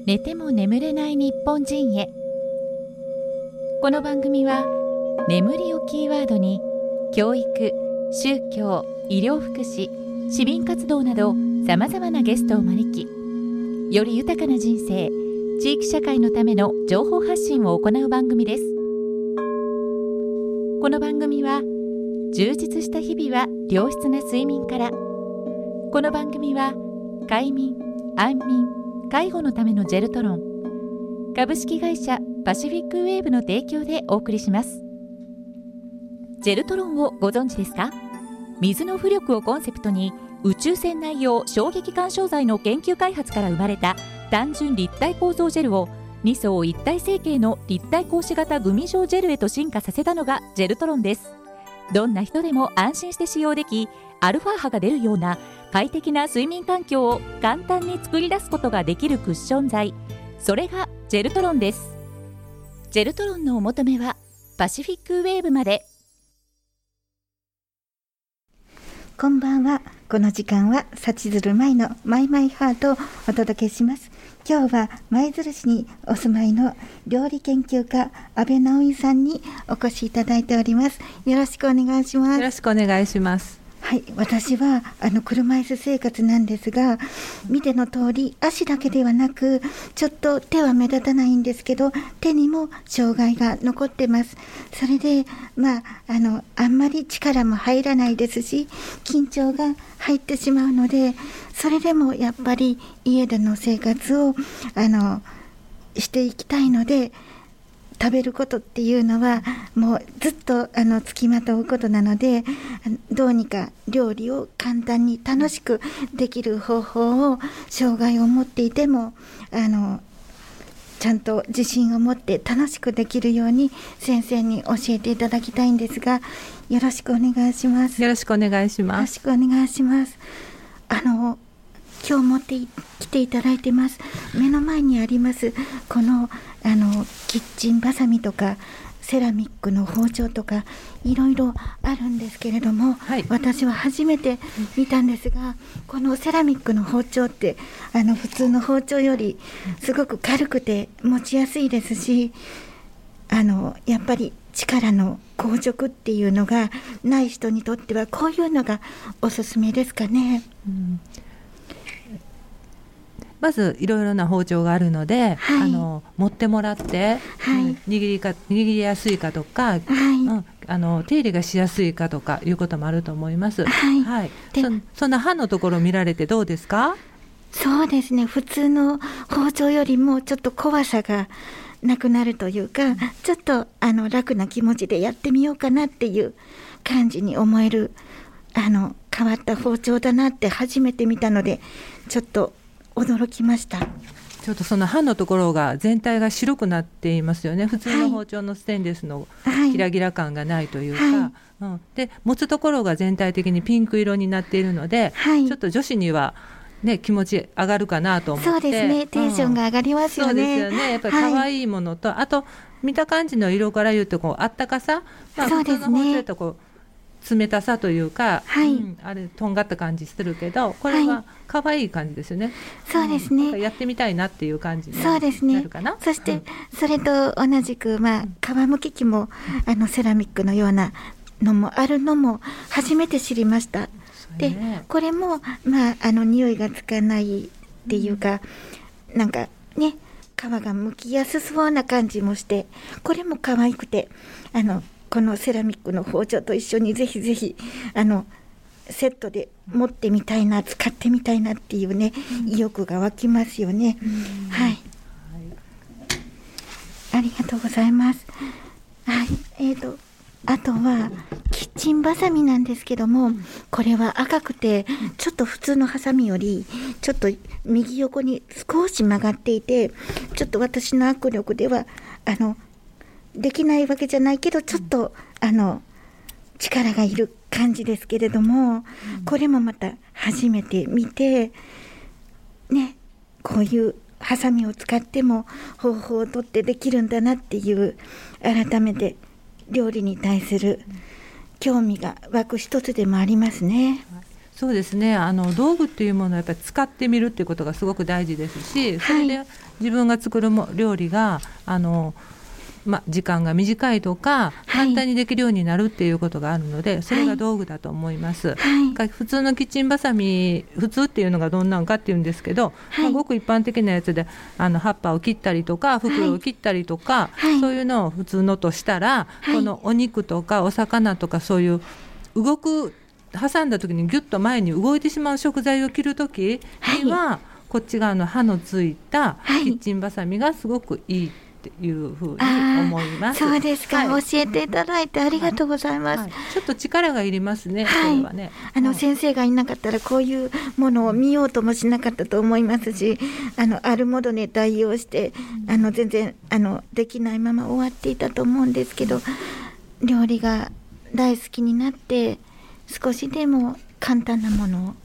寝ても眠れない日本人へ。この番組は眠りをキーワードに教育、宗教、医療福祉、市民活動などさまざまなゲストを招き、より豊かな人生、地域社会のための情報発信を行う番組です。この番組は充実した日々は良質な睡眠から。この番組は快眠、安眠、介護のためのジェルトロン、株式会社パシフィックウェーブの提供でお送りします。ジェルトロンをご存知ですか？水の浮力をコンセプトに宇宙船内用衝撃干渉剤の研究開発から生まれた単純立体構造ジェルを2層一体成形の立体格子型グミ状ジェルへと進化させたのがジェルトロンです。どんな人でも安心して使用でき、アルファ波が出るような快適な睡眠環境を簡単に作り出すことができるクッション材、それがジェルトロンです。ジェルトロンのお求めはパシフィックウェーブまで。 こんばんは。この時間は幸鶴舞のマイマイハートをお届けします。今日は舞鶴市にお住まいの料理研究家阿部直美さんにお越しいただいております。よろしくお願いします。 よろしくお願いします。 はい、私は車椅子生活なんですが、見ての通り足だけではなく、ちょっと手は目立たないんですけど、手にも障害が残ってます。それであんまり力も入らないですし、緊張が入ってしまうので、それでもやっぱり家での生活をしていきたいので、食べることっていうのはもうずっとつきまとうことなので、どうにか料理を簡単に楽しくできる方法を、障害を持っていてもちゃんと自信を持って楽しくできるように先生に教えていただきたいんですが、よろしくお願いします。 よろしくお願いします。 よろしくお願いします。今日持ってきていただいてます。目の前にありますこのキッチンバサミとかセラミックの包丁とかいろいろあるんですけれども、 はい、 私は初めて見たんですが、このセラミックの包丁って普通の包丁よりすごく軽くて持ちやすいですし、やっぱり力の硬直っていうのがない人にとってはこういうのがおすすめですかね。 まずいろいろな包丁があるので、はい、持ってもらって、はい、握りやすいかとか、はい、手入れがしやすいかとかいうこともあると思います。 はいはい、そんな刃のところを見られてどうですか？ そうですね、普通の包丁よりもちょっと怖さがなくなるというか、ちょっと楽な気持ちでやってみようかなっていう感じに思える変わった包丁だなって初めて見たので、ちょっと驚きました。 ちょっとその刃のところが全体が白くなっていますよね。普通の包丁のステンレスのギラギラ感がないというか、はい、で持つところが全体的にピンク色になっているので、はい、ちょっと女子にはね、気持ち上がるかなと思って。 そうですね、テンションが上がりますよね。 そうですよね。やっぱり可愛いものと、はい、あと見た感じの色から言うとあったかさ、 そうですね、 普通の包丁と冷たさというか、 はい、 あれとんがった感じするけど、これは可愛い感じですよね。 そうですね、 やってみたいなっていう感じになるかな。 そうですね。そして、それと同じく、皮むき器もセラミックのようなのもあるのも初めて知りました。でこれも匂いがつかないっていうか、なんかね、皮が剥きやすそうな感じもして、これも可愛くて、このセラミックの包丁と一緒にぜひぜひセットで持ってみたいな、使ってみたいなっていうね、意欲が湧きますよね。はい、ありがとうございます。はい、あとはキッチンバサミなんですけども、これは赤くてちょっと普通のハサミよりちょっと右横に少し曲がっていて、ちょっと私の握力ではできないわけじゃないけど、ちょっと力がいる感じですけれども、これもまた初めて見てね、こういうハサミを使っても方法をとってできるんだなっていう、改めて料理に対する興味が湧く一つでもありますね。 そうですね、道具っていうものをやっぱり使ってみるっていうことがすごく大事ですし、それで自分が作る料理が時間が短いとか簡単にできるようになるっていうことがあるので、それが道具だと思います、普通のキッチンバサミ、普通っていうのがどんなんかっていうんですけど、ごく一般的なやつで葉っぱを切ったりとか袋を切ったりとか、そういうのを普通のとしたら、このお肉とかお魚とかそういう挟んだ時にギュッと前に動いてしまう食材を切る時には、こっち側の刃のついたキッチンバサミがすごくいいっていうふうに思います。 そうですか、教えていただいてありがとうございます。 ちょっと力がいりますね、それはね。 先生がいなかったらこういうものを見ようともしなかったと思いますし、あるもので代用して全然できないまま終わっていたと思うんですけど、料理が大好きになって少しでも簡単なものを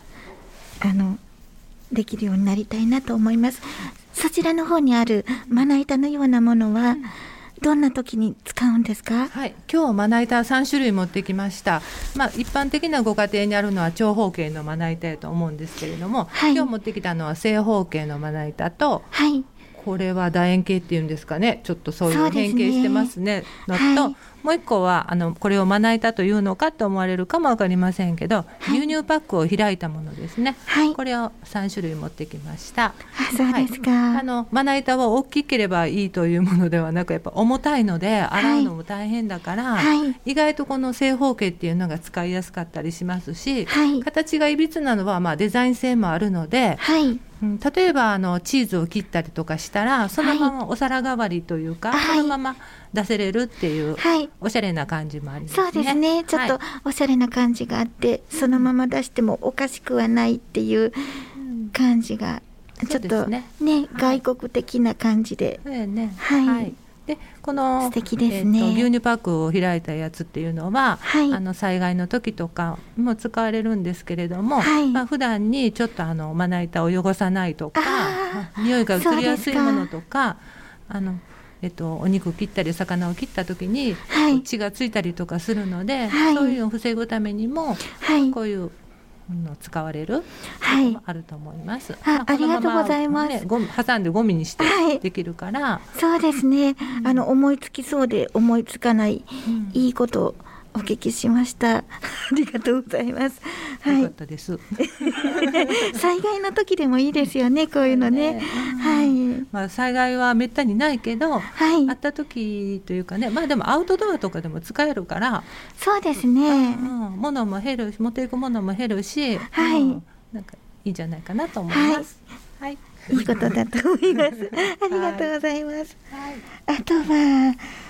できるようになりたいなと思います。そちらの方にあるまな板のようなものはどんな時に使うんですか？ 今日まな板3種類持ってきました。一般的なご家庭にあるのは長方形のまな板やと思うんですけれども、今日持ってきたのは正方形のまな板と、これは楕円形っていうんですかね、ちょっとそういう変形してますねのと、もう一個はこれをまな板というのかと思われるかも分かりませんけど、牛乳パックを開いたものですね、これを3種類持ってきました。 そうですか。 まな板は大きければいいというものではなく、やっぱ重たいので洗うのも大変だから、意外とこの正方形っていうのが使いやすかったりしますし、形がいびつなのはデザイン性もあるので、例えばチーズを切ったりとかしたら、そのままお皿代わりというか、そのまま出せれるっていう、おしゃれな感じもありますね。 そうですね、ちょっとおしゃれな感じがあって、そのまま出してもおかしくはないっていう感じが、ちょっとね、外国的な感じで、でこの素敵ですね。 牛乳パックを開いたやつっていうのは、災害の時とかも使われるんですけれども、普段にちょっとまな板を汚さないとか、匂いが移りやすいものとか、お肉切ったり魚を切った時に血がついたりとかするので、そういうのを防ぐためにも、こういうの使われることもあると思います。 ありがとうございます。 挟んでゴミにしてできるから、 そうですね、思いつきそうで思いつかない、いいことをお聞きしました。ありがとうございます。 よかったです。 災害の時でもいいですよね、こういうのね。 災害はめったにないけど、あった時というかね、でもアウトドアとかでも使えるから、 そうですね、 物も減る、持っていくものも減るし、なんかいいんじゃないかなと思います。 いいことだと思います。ありがとうございます。あとは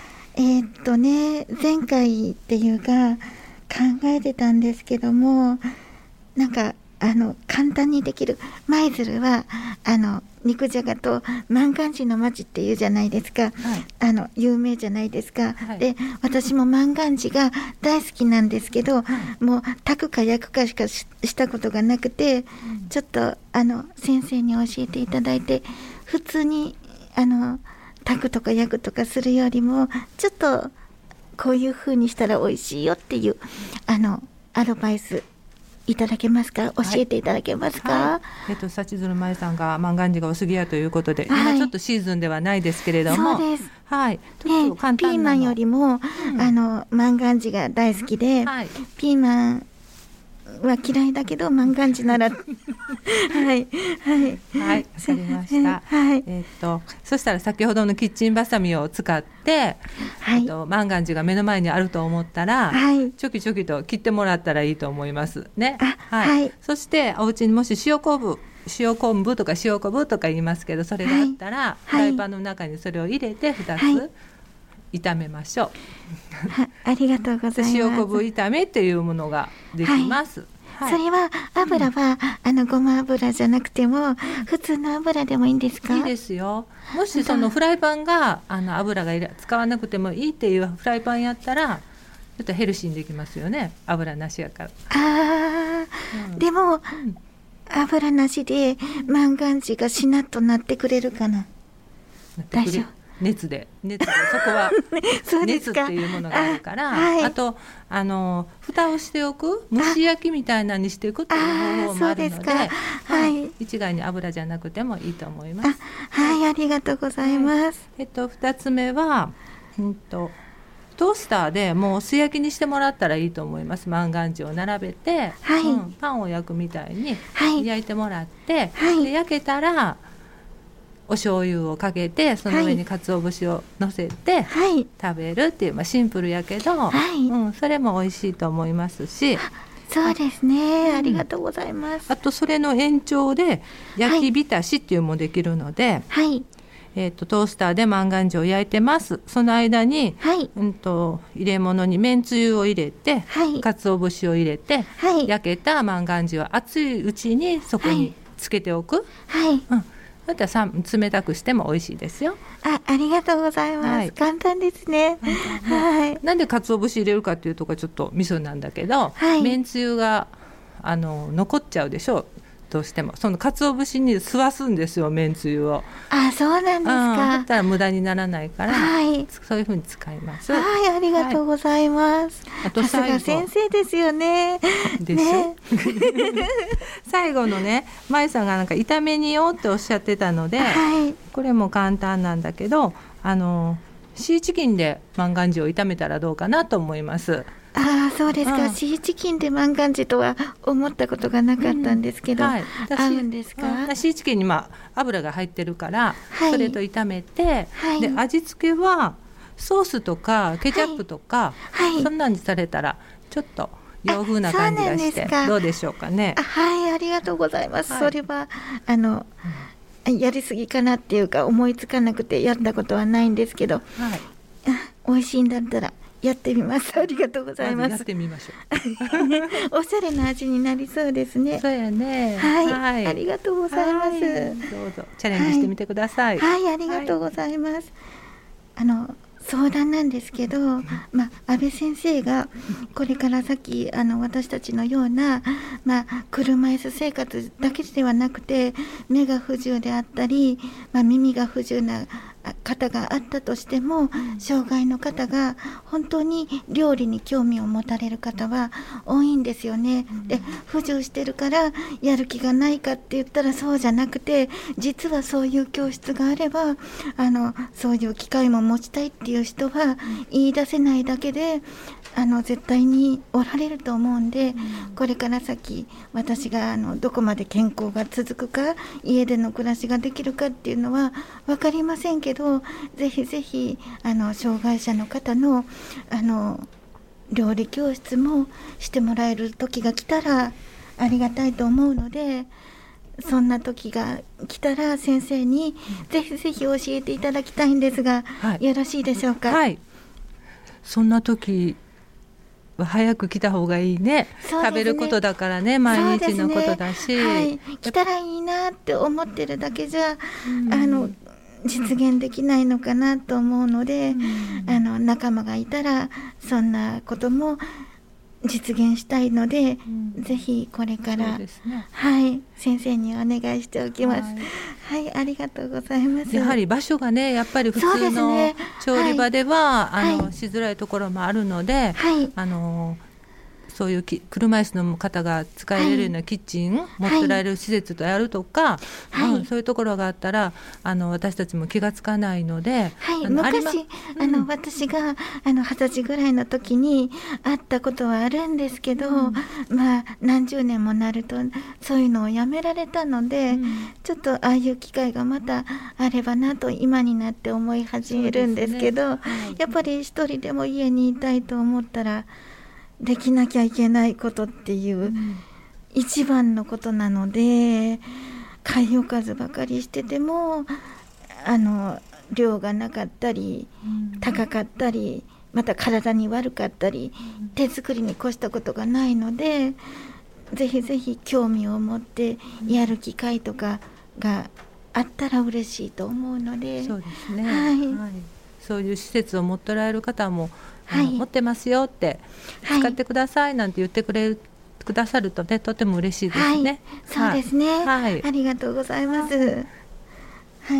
前回っていうか考えてたんですけども、なんか簡単にできる舞鶴は肉じゃがと万願寺の町っていうじゃないですか、有名じゃないですか、で私も万願寺が大好きなんですけど、もう炊くか焼くかしかしたことがなくて、ちょっと先生に教えていただいて、普通に炊くとか焼くとかするよりも、ちょっとこういう風にしたら美味しいよっていうアドバイスいただけますか？教えていただけますか？ 幸鶴舞さんが万願寺がお過ぎやということで、今ちょっとシーズンではないですけれども、 そうです、 ちょっと簡単なの、 ピーマンよりも、万願寺が大好きで、ピーマンは嫌いだけど万願寺ならわかりました。そしたら先ほどのキッチンバサミを使って、万願寺が目の前にあると思ったら、ちょきちょきと切ってもらったらいいと思いますね。そしてお家にもし塩昆布とか塩昆布とか言いますけど、それがあったら、フライパンの中にそれを入れて2つ炒めましょう。 ありがとうございます。 塩昆布炒めっていうものができます。 それは油は、ごま油じゃなくても普通の油でもいいんですか？ いいですよ。もしそのフライパンが油が使わなくてもいいっていうフライパンやったら、ちょっとヘルシーにできますよね、油なしやから。 でも、油なしで万願寺がしなっとなってくれるかな？大丈夫。 熱でそこは熱っていうものがあるからあと蓋をしておく蒸し焼きみたいなにしていくっていう方法もあるので、一概に油じゃなくてもいいと思います。 ありがとうございます。 2つ目は、トースターでもう素焼きにしてもらったらいいと思います。万願寺を並べて、パンを焼くみたいに焼いてもらって、で焼けたらお醤油をかけてその上に鰹節を乗せて食べるっていう、シンプルやけど、それも美味しいと思いますし。 そうですね、ありがとうございます。 あとそれの延長で焼き浸しっていうのもできるので、トースターで万願寺を焼いてます。その間に、入れ物にめんつゆを入れて、鰹節を入れて、焼けた万願寺は熱いうちにそこにつけておく。そしたら冷たくしても美味しいですよ。 ありがとうございます。簡単ですね。 なんで鰹節入れるかっていうところちょっとミソなんだけど、めんつゆが残っちゃうでしょう。どうしてもその鰹節に吸わすんですよ、めんつゆを。 そうなんですか。 だったら無駄にならないから、そういう風に使います。 ありがとうございます。あとさすが先生ですよね。 でしょ最後のね、まいさんがなんか炒め煮ようっておっしゃってたので、これも簡単なんだけど、シーチキンで万願寺を炒めたらどうかなと思います。 そうですか。シーチキンで万願寺とは思ったことがなかったんですけど、合うんですか？ シーチキンに油が入ってるから、それと炒めて、で味付けはソースとかケチャップとか、そんなにされたらちょっと洋風な感じがしてどうでしょうかね。 ありがとうございます。それはやりすぎかなっていうか思いつかなくてやったことはないんですけど、美味しいんだったらやってみます。ありがとうございます。 やってみましょう。 おしゃれな味になりそうですね。 そうやね。 ありがとうございます。 どうぞチャレンジしてみてください。 ありがとうございます。相談なんですけど、安倍先生がこれから先私たちのような、車椅子生活だけではなくて目が不自由であったり、耳が不自由な方があったとしても、障害の方が本当に料理に興味を持たれる方は多いんですよね。で、不自由してるからやる気がないかって言ったらそうじゃなくて、実はそういう教室があればそういう機会も持ちたいっていう人は言い出せないだけで絶対におられると思うんで、これから先私がどこまで健康が続くか、家での暮らしができるかっていうのは分かりませんけど、ぜひぜひ障害者の方の料理教室もしてもらえる時が来たらありがたいと思うので、そんな時が来たら先生にぜひぜひ教えていただきたいんですが、よろしいでしょうか？ そんな時早く来た方がいいね。食べることだからね、毎日のことだし、 来たらいいなって思ってるだけじゃ実現できないのかなと思うので、仲間がいたらそんなことも実現したいので、ぜひこれから、先生にお願いしておきます。ありがとうございます。 やはり場所がね、やっぱり普通の調理場では、しづらいところもあるので、そういう車椅子の方が使えるようなキッチンを持ってられる施設とやるとか、そういうところがあったら私たちも気がつかないので、 昔私が20歳ぐらいの時に会ったことはあるんですけど、何十年もなるとそういうのをやめられたので、ちょっとああいう機会がまたあればなと今になって思い始めるんですけど、やっぱり一人でも家にいたいと思ったらできなきゃいけないことっていう一番のことなので、買いおかずばかりしてても量がなかったり高かったり、また体に悪かったり、手作りに越したことがないので、ぜひぜひ興味を持ってやる機会とかがあったら嬉しいと思うので、 そうですね、そういう施設を持っておられる方も持ってますよって使ってくださいなんて言ってくださるとね、とても嬉しいですね。 そうですね、ありがとうございます。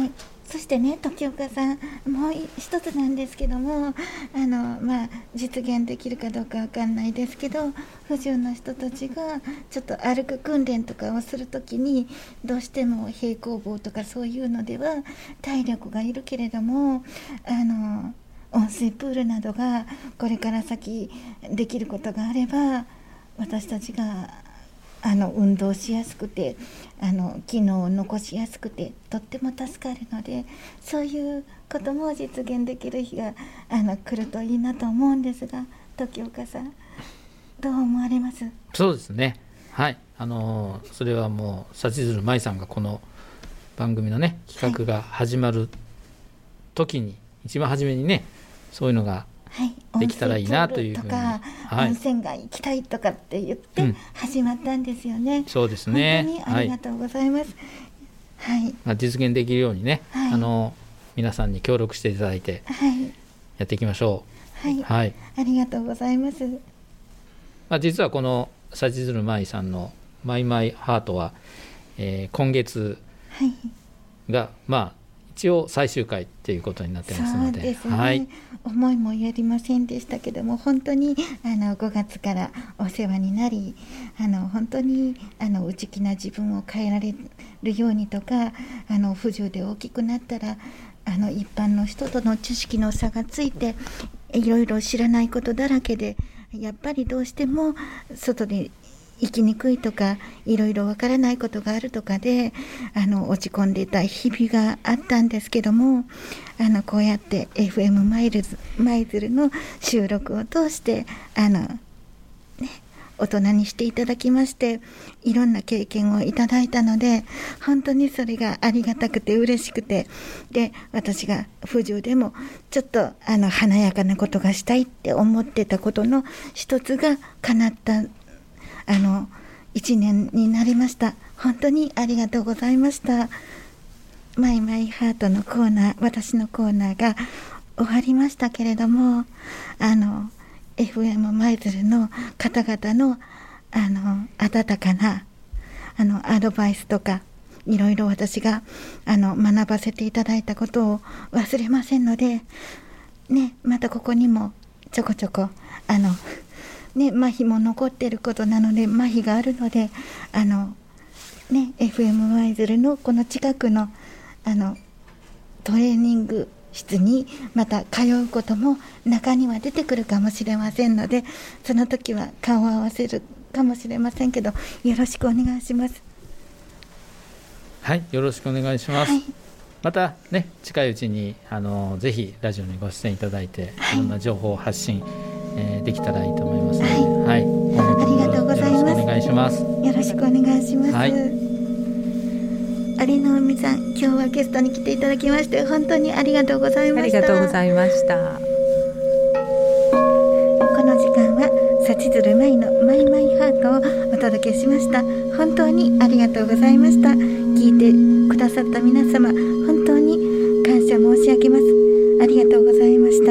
そしてね、時岡さん、もう一つなんですけども、実現できるかどうかわかんないですけど、不自由な人たちがちょっと歩く訓練とかをするときに、どうしても平行棒とかそういうのでは体力がいるけれども、温水プールなどがこれから先できることがあれば、私たちが運動しやすくて機能を残しやすくてとっても助かるので、そういうことも実現できる日が来るといいなと思うんですが、時岡さんどう思われます？ そうですね、はい、それはもう幸鶴舞さんがこの番組のね企画が始まる時に、一番初めにねそういうのができたらいいなというふうに、 温泉街行きたいとかって言って始まったんですよね。 そうですね、 本当にありがとうございます。 実現できるようにね、皆さんに協力していただいてやっていきましょう。 ありがとうございます。 実はこの幸鶴舞さんのマイマイハートは、今月が一応最終回ということになってますので、 そうですね、思いもやりませんでしたけども、本当に5月からお世話になり、本当に内気な自分を変えられるようにとか、不自由で大きくなったら一般の人との知識の差がついて、いろいろ知らないことだらけで、やっぱりどうしても外で生きにくいとか、いろいろわからないことがあるとかで落ち込んでいた日々があったんですけども、こうやって FM 舞鶴の収録を通して大人にしていただきまして、いろんな経験をいただいたので、本当にそれがありがたくて嬉しくて、で私が不自由でもちょっと華やかなことがしたいって思ってたことの一つが叶った1年になりました。本当にありがとうございました。マイマイハートのコーナー、私のコーナーが終わりましたけれども、FM 舞鶴の方々の温かなアドバイスとか、いろいろ私が学ばせていただいたことを忘れませんので、またここにもちょこちょこ麻痺も残っていることなので、麻痺があるのでFM 舞鶴のこの近くのトレーニング室にまた通うことも中には出てくるかもしれませんので、その時は顔を合わせるかもしれませんけど、よろしくお願いします。 よろしくお願いします。またね、近いうちにぜひラジオにご出演いただいて、いろんな情報を発信、できたらいいと思いますので、 ありがとうございます。 よろしくお願いします。 よろしくお願いします。有野海さん、今日はゲストに来ていただきまして本当にありがとうございました。 ありがとうございました。 この時間は幸鶴舞のマイマイハートをお届けしました。本当にありがとうございました。聞いてくださった皆様、本当に感謝申し上げます。ありがとうございました。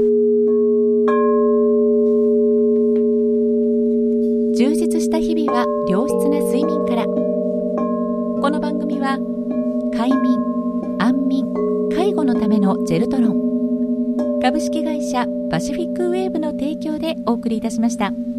充実した日々は良質な睡眠から。この番組は快眠、安眠、介護のためのジェルトロン、株式会社パシフィックウェーブの提供でお送りいたしました。